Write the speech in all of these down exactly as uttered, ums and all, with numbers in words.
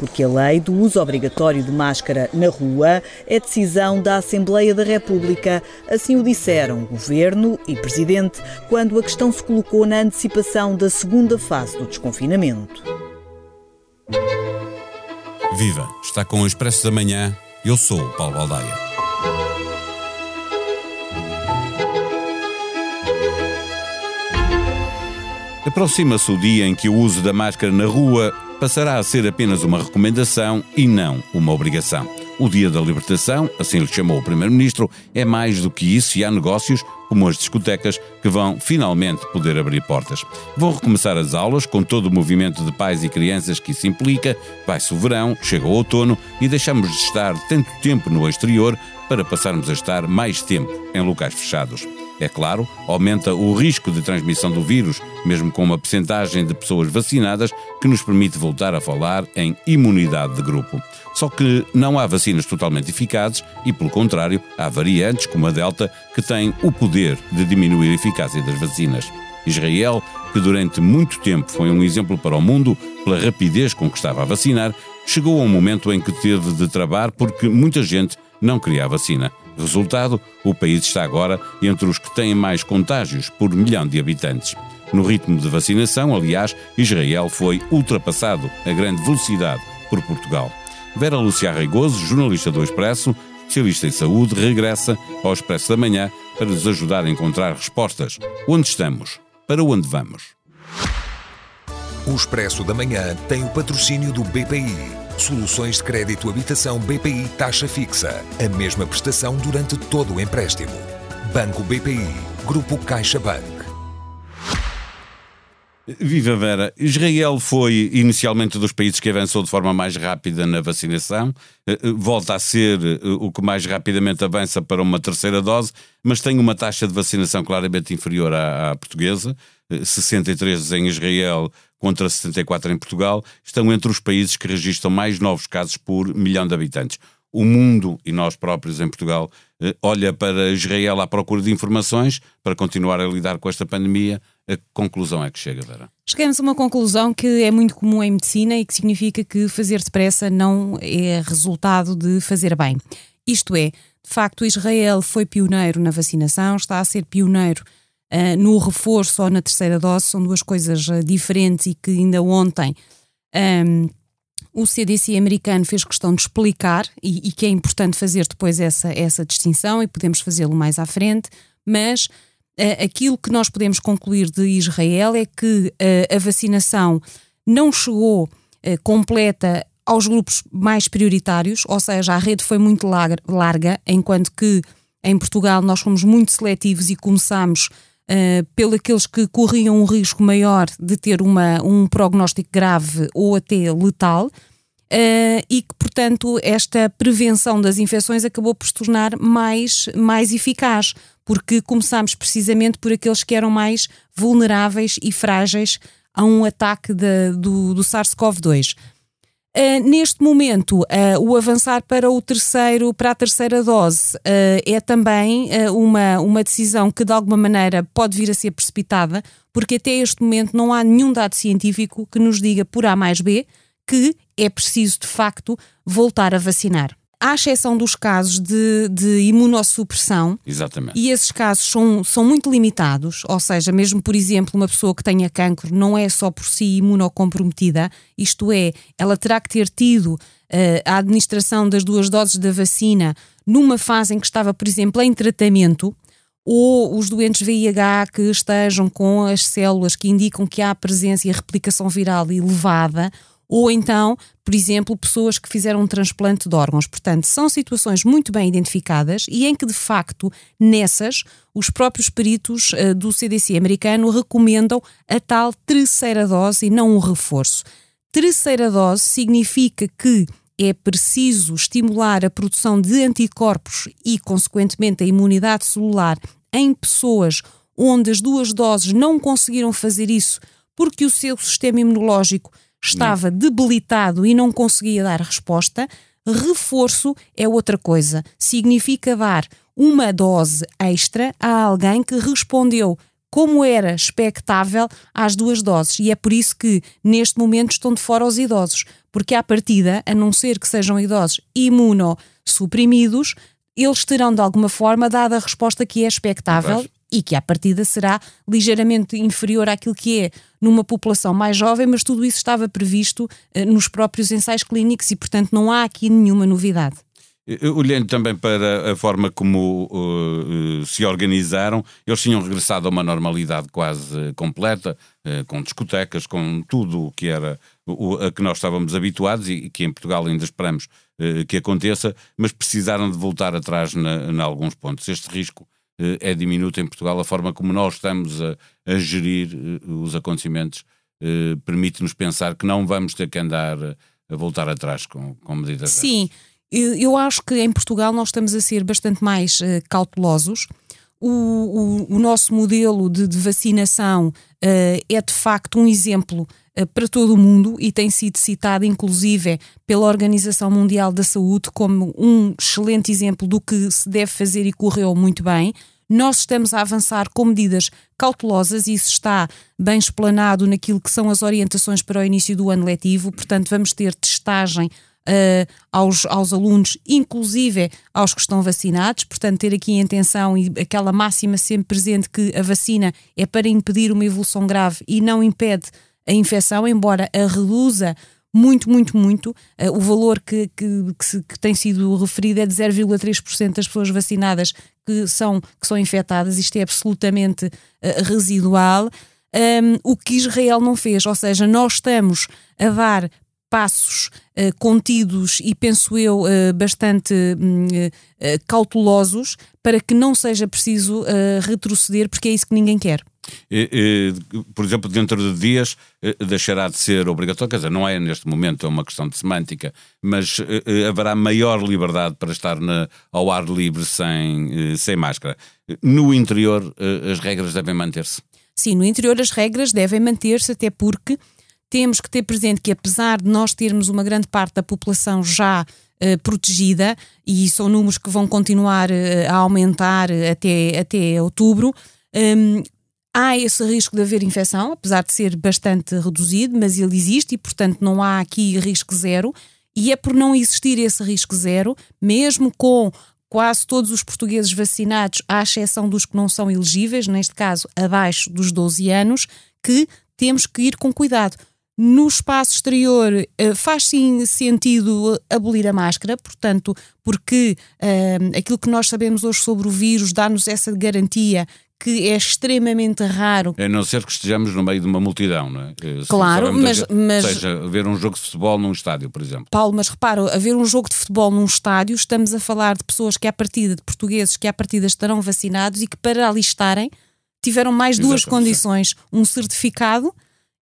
porque a lei do uso obrigatório de máscara na rua é decisão da Assembleia da República. Assim o disseram Governo e Presidente quando a questão se colocou na antecipação da segunda fase do desconfinamento. Viva! Está com o Expresso da Manhã. Eu sou o Paulo Baldaia. Aproxima-se o dia em que o uso da máscara na rua passará a ser apenas uma recomendação e não uma obrigação. O Dia da Libertação, assim lhe chamou o Primeiro-Ministro, é mais do que isso e há negócios, como as discotecas, que vão finalmente poder abrir portas. Vão recomeçar as aulas com todo o movimento de pais e crianças que isso implica, vai-se o verão, chega o outono e deixamos de estar tanto tempo no exterior para passarmos a estar mais tempo em locais fechados. É claro, aumenta o risco de transmissão do vírus, mesmo com uma percentagem de pessoas vacinadas que nos permite voltar a falar em imunidade de grupo. Só que não há vacinas totalmente eficazes e, pelo contrário, há variantes, como a Delta, que têm o poder de diminuir a eficácia das vacinas. Israel, que durante muito tempo foi um exemplo para o mundo pela rapidez com que estava a vacinar, chegou a um momento em que teve de travar porque muita gente não queria a vacina. Resultado, o país está agora entre os que têm mais contágios por milhão de habitantes. No ritmo de vacinação, aliás, Israel foi ultrapassado a grande velocidade por Portugal. Vera Lúcia Reigoso, jornalista do Expresso, especialista em saúde, regressa ao Expresso da Manhã para nos ajudar a encontrar respostas. Onde estamos? Para onde vamos? O Expresso da Manhã tem o patrocínio do B P I. Soluções de crédito habitação B P I taxa fixa. A mesma prestação durante todo o empréstimo. Banco B P I. Grupo CaixaBank. Viva Vera, Israel foi inicialmente dos países que avançou de forma mais rápida na vacinação, volta a ser o que mais rapidamente avança para uma terceira dose, mas tem uma taxa de vacinação claramente inferior à, à portuguesa, sessenta e três em Israel contra setenta e quatro em Portugal, estão entre os países que registram mais novos casos por milhão de habitantes. O mundo, e nós próprios em Portugal, olha para Israel à procura de informações para continuar a lidar com esta pandemia. A conclusão é que chega, Vera? Chegamos a uma conclusão que é muito comum em medicina e que significa que fazer depressa não é resultado de fazer bem. Isto é, de facto, Israel foi pioneiro na vacinação, está a ser pioneiro uh, no reforço ou na terceira dose, são duas coisas uh, diferentes e que ainda ontem um, o C D C americano fez questão de explicar e, e que é importante fazer depois essa, essa distinção e podemos fazê-lo mais à frente, mas uh, aquilo que nós podemos concluir de Israel é que uh, a vacinação não chegou uh, completa aos grupos mais prioritários, ou seja, a rede foi muito larga, enquanto que em Portugal nós fomos muito seletivos e começámos uh, pelos aqueles que corriam um risco maior de ter uma, um prognóstico grave ou até letal, uh, e que, portanto, esta prevenção das infecções acabou por se tornar mais, mais eficaz, porque começámos precisamente por aqueles que eram mais vulneráveis e frágeis a um ataque de, do, do SARS-CoV dois. Uh, neste momento, uh, o avançar para, o terceiro, para a terceira dose uh, é também uh, uma, uma decisão que de alguma maneira pode vir a ser precipitada, porque até este momento não há nenhum dado científico que nos diga por A mais B que é preciso de facto voltar a vacinar. À exceção dos casos de, de imunossupressão, exatamente, e esses casos são, são muito limitados, ou seja, mesmo, por exemplo, uma pessoa que tenha cancro não é só por si imunocomprometida, isto é, ela terá que ter tido uh, a administração das duas doses da vacina numa fase em que estava, por exemplo, em tratamento, ou os doentes V I H que estejam com as células que indicam que há presença e a replicação viral elevada, ou então, por exemplo, pessoas que fizeram um transplante de órgãos. Portanto, são situações muito bem identificadas e em que, de facto, nessas, os próprios peritos uh, do C D C americano recomendam a tal terceira dose e não um reforço. Terceira dose significa que é preciso estimular a produção de anticorpos e, consequentemente, a imunidade celular em pessoas onde as duas doses não conseguiram fazer isso porque o seu sistema imunológico estava não. debilitado e não conseguia dar resposta. Reforço é outra coisa. Significa dar uma dose extra a alguém que respondeu como era expectável, às duas doses. E é por isso que, neste momento, estão de fora os idosos. Porque, à partida, a não ser que sejam idosos imunossuprimidos, eles terão, de alguma forma, dado a resposta que é expectável e que, à partida, será ligeiramente inferior àquilo que é numa população mais jovem, mas tudo isso estava previsto uh, nos próprios ensaios clínicos e, portanto, não há aqui nenhuma novidade. Olhando também para a forma como uh, se organizaram, eles tinham regressado a uma normalidade quase completa, uh, com discotecas, com tudo o que era o, a que nós estávamos habituados e que em Portugal ainda esperamos uh, que aconteça, mas precisaram de voltar atrás em alguns pontos. Este risco uh, é diminuto em Portugal, a forma como nós estamos a, a gerir uh, os acontecimentos uh, permite-nos pensar que não vamos ter que andar a voltar atrás com, com medidas. Sim. Eu acho que em Portugal nós estamos a ser bastante mais uh, cautelosos. O, o, o nosso modelo de, de vacinação uh, é de facto um exemplo uh, para todo o mundo e tem sido citado inclusive pela Organização Mundial da Saúde como um excelente exemplo do que se deve fazer e correu muito bem. Nós estamos a avançar com medidas cautelosas e isso está bem explanado naquilo que são as orientações para o início do ano letivo. Portanto, vamos ter testagem Uh, aos, aos alunos, inclusive aos que estão vacinados, portanto ter aqui em atenção e aquela máxima sempre presente que a vacina é para impedir uma evolução grave e não impede a infecção, embora a reduza muito, muito, muito. Uh, o valor que, que, que, se, que tem sido referido é de zero vírgula três por cento das pessoas vacinadas que são, que são infectadas. Isto é absolutamente uh, residual. Um, o que Israel não fez, ou seja, nós estamos a dar passos uh, contidos e, penso eu, uh, bastante uh, uh, cautelosos para que não seja preciso uh, retroceder, porque é isso que ninguém quer. E, e, por exemplo, dentro de dias uh, deixará de ser obrigatório, quer dizer, não é neste momento, é uma questão de semântica, mas uh, uh, haverá maior liberdade para estar na, ao ar livre sem, uh, sem máscara. No interior, uh, as regras devem manter-se? Sim, no interior as regras devem manter-se, até porque temos que ter presente que, apesar de nós termos uma grande parte da população já uh, protegida, e são números que vão continuar uh, a aumentar até, até outubro, um, há esse risco de haver infecção, apesar de ser bastante reduzido, mas ele existe e, portanto, não há aqui risco zero. E é por não existir esse risco zero, mesmo com quase todos os portugueses vacinados, à exceção dos que não são elegíveis, neste caso abaixo dos doze anos, que temos que ir com cuidado. No espaço exterior faz sim sentido abolir a máscara, portanto, porque uh, aquilo que nós sabemos hoje sobre o vírus dá-nos essa garantia que é extremamente raro. A não ser que estejamos no meio de uma multidão, não é? Claro, mas, mas... Ou seja, ver um jogo de futebol num estádio, por exemplo. Paulo, mas repara, a ver um jogo de futebol num estádio, estamos a falar de pessoas que à partida, de portugueses que à partida estarão vacinados e que para alistarem tiveram mais duas Exatamente. condições, um certificado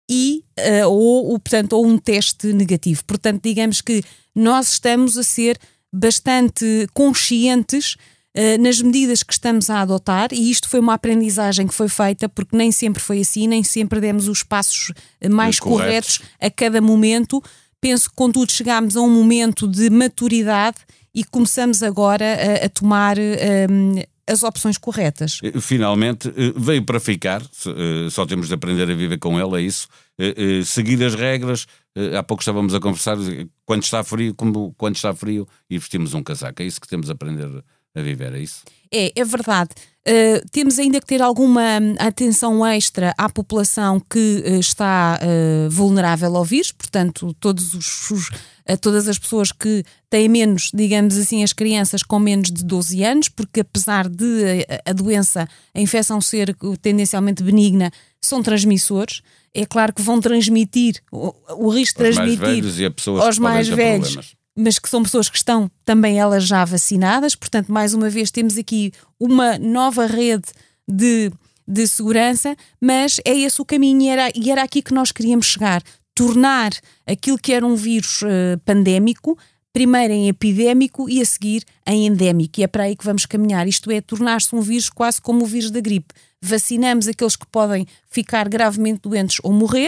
e uh, ou, portanto, ou um teste negativo. Portanto, digamos que nós estamos a ser bastante conscientes uh, nas medidas que estamos a adotar, e isto foi uma aprendizagem que foi feita porque nem sempre foi assim, nem sempre demos os passos mais corretos. corretos a cada momento. Penso que, contudo, chegámos a um momento de maturidade e começamos agora a, a tomar um, as opções corretas. Finalmente, veio para ficar, só temos de aprender a viver com ele, é isso. Seguir as regras, há pouco estávamos a conversar, quando está frio, como quando está frio, e vestimos um casaco, é isso que temos de aprender a viver, é isso? É, é verdade. Uh, temos ainda que ter alguma atenção extra à população que uh, está uh, vulnerável ao vírus, portanto, todos os, os, uh, todas as pessoas que têm menos, digamos assim, as crianças com menos de doze anos, porque apesar de a, a doença, a infecção ser tendencialmente benigna, são transmissores. É claro que vão transmitir, o, o risco de transmitir mais velhos e a pessoas aos mais velhos, problemas. Mas que são pessoas que estão também elas já vacinadas, portanto, mais uma vez temos aqui uma nova rede de, de segurança, mas é esse o caminho e era, e era aqui que nós queríamos chegar, tornar aquilo que era um vírus uh, pandémico, primeiro em epidémico e a seguir em endémico, e é para aí que vamos caminhar, isto é, tornar-se um vírus quase como o vírus da gripe. Vacinamos aqueles que podem ficar gravemente doentes ou morrer,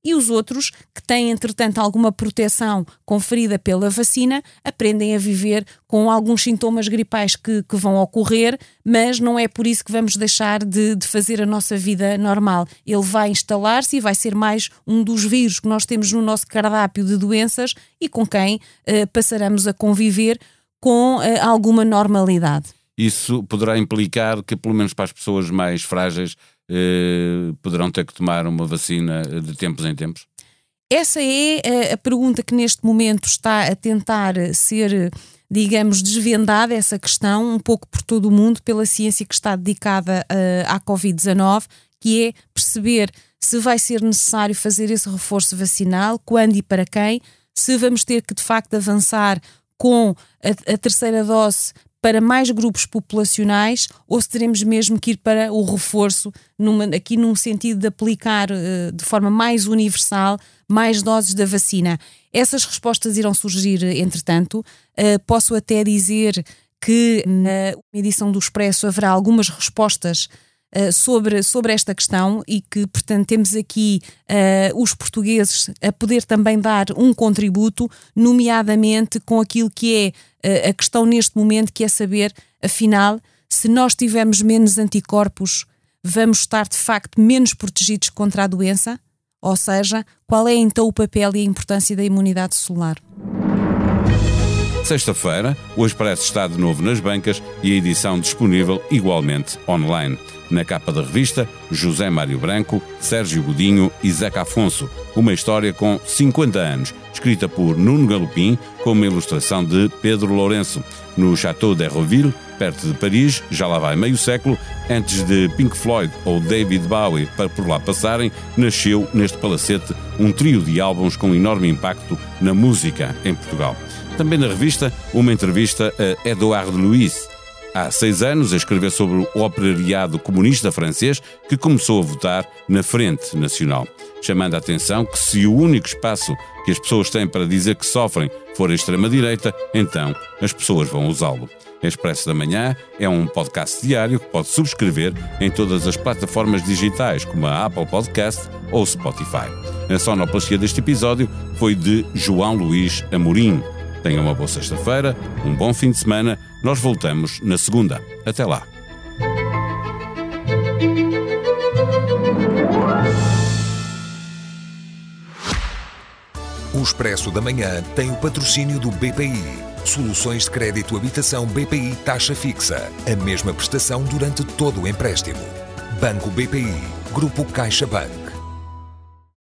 E os outros, que têm, entretanto, alguma proteção conferida pela vacina, aprendem a viver com alguns sintomas gripais que, que vão ocorrer, mas não é por isso que vamos deixar de, de fazer a nossa vida normal. Ele vai instalar-se e vai ser mais um dos vírus que nós temos no nosso cardápio de doenças e com quem uh, passaremos a conviver com uh, alguma normalidade. Isso poderá implicar que, pelo menos para as pessoas mais frágeis, eh, poderão ter que tomar uma vacina de tempos em tempos? Essa é a pergunta que neste momento está a tentar ser, digamos, desvendada, essa questão, um pouco por todo o mundo, pela ciência que está dedicada uh, à covid dezanove, que é perceber se vai ser necessário fazer esse reforço vacinal, quando e para quem, se vamos ter que de facto avançar com a, a terceira dose para mais grupos populacionais ou se teremos mesmo que ir para o reforço, numa, aqui num sentido de aplicar uh, de forma mais universal mais doses da vacina. Essas respostas irão surgir entretanto. Uh, posso até dizer que na edição do Expresso haverá algumas respostas uh, sobre, sobre esta questão e que, portanto, temos aqui uh, os portugueses a poder também dar um contributo, nomeadamente com aquilo que é a questão neste momento, que é saber, afinal, se nós tivermos menos anticorpos, vamos estar de facto menos protegidos contra a doença? Ou seja, qual é então o papel e a importância da imunidade celular? Sexta-feira, o Expresso está de novo nas bancas e a edição disponível igualmente online. Na capa da revista, José Mário Branco, Sérgio Godinho e Zeca Afonso. Uma história com cinquenta anos, escrita por Nuno Galopim, com uma ilustração de Pedro Lourenço. No Château d'Hérouville, perto de Paris, já lá vai meio século, antes de Pink Floyd ou David Bowie para por lá passarem, nasceu neste palacete um trio de álbuns com enorme impacto na música em Portugal. Também na revista, uma entrevista a Édouard Louis. Há seis anos a escrever sobre o operariado comunista francês que começou a votar na Frente Nacional, chamando a atenção que se o único espaço que as pessoas têm para dizer que sofrem for a extrema-direita, então as pessoas vão usá-lo. Expresso da Manhã é um podcast diário que pode subscrever em todas as plataformas digitais, como a Apple Podcast ou Spotify. A sonoplastia deste episódio foi de João Luís Amorim. Tenham uma boa sexta-feira, um bom fim de semana. Nós voltamos na segunda. Até lá. O Expresso da Manhã tem o patrocínio do B P I. Soluções de crédito habitação B P I taxa fixa. A mesma prestação durante todo o empréstimo. Banco B P I. Grupo CaixaBank.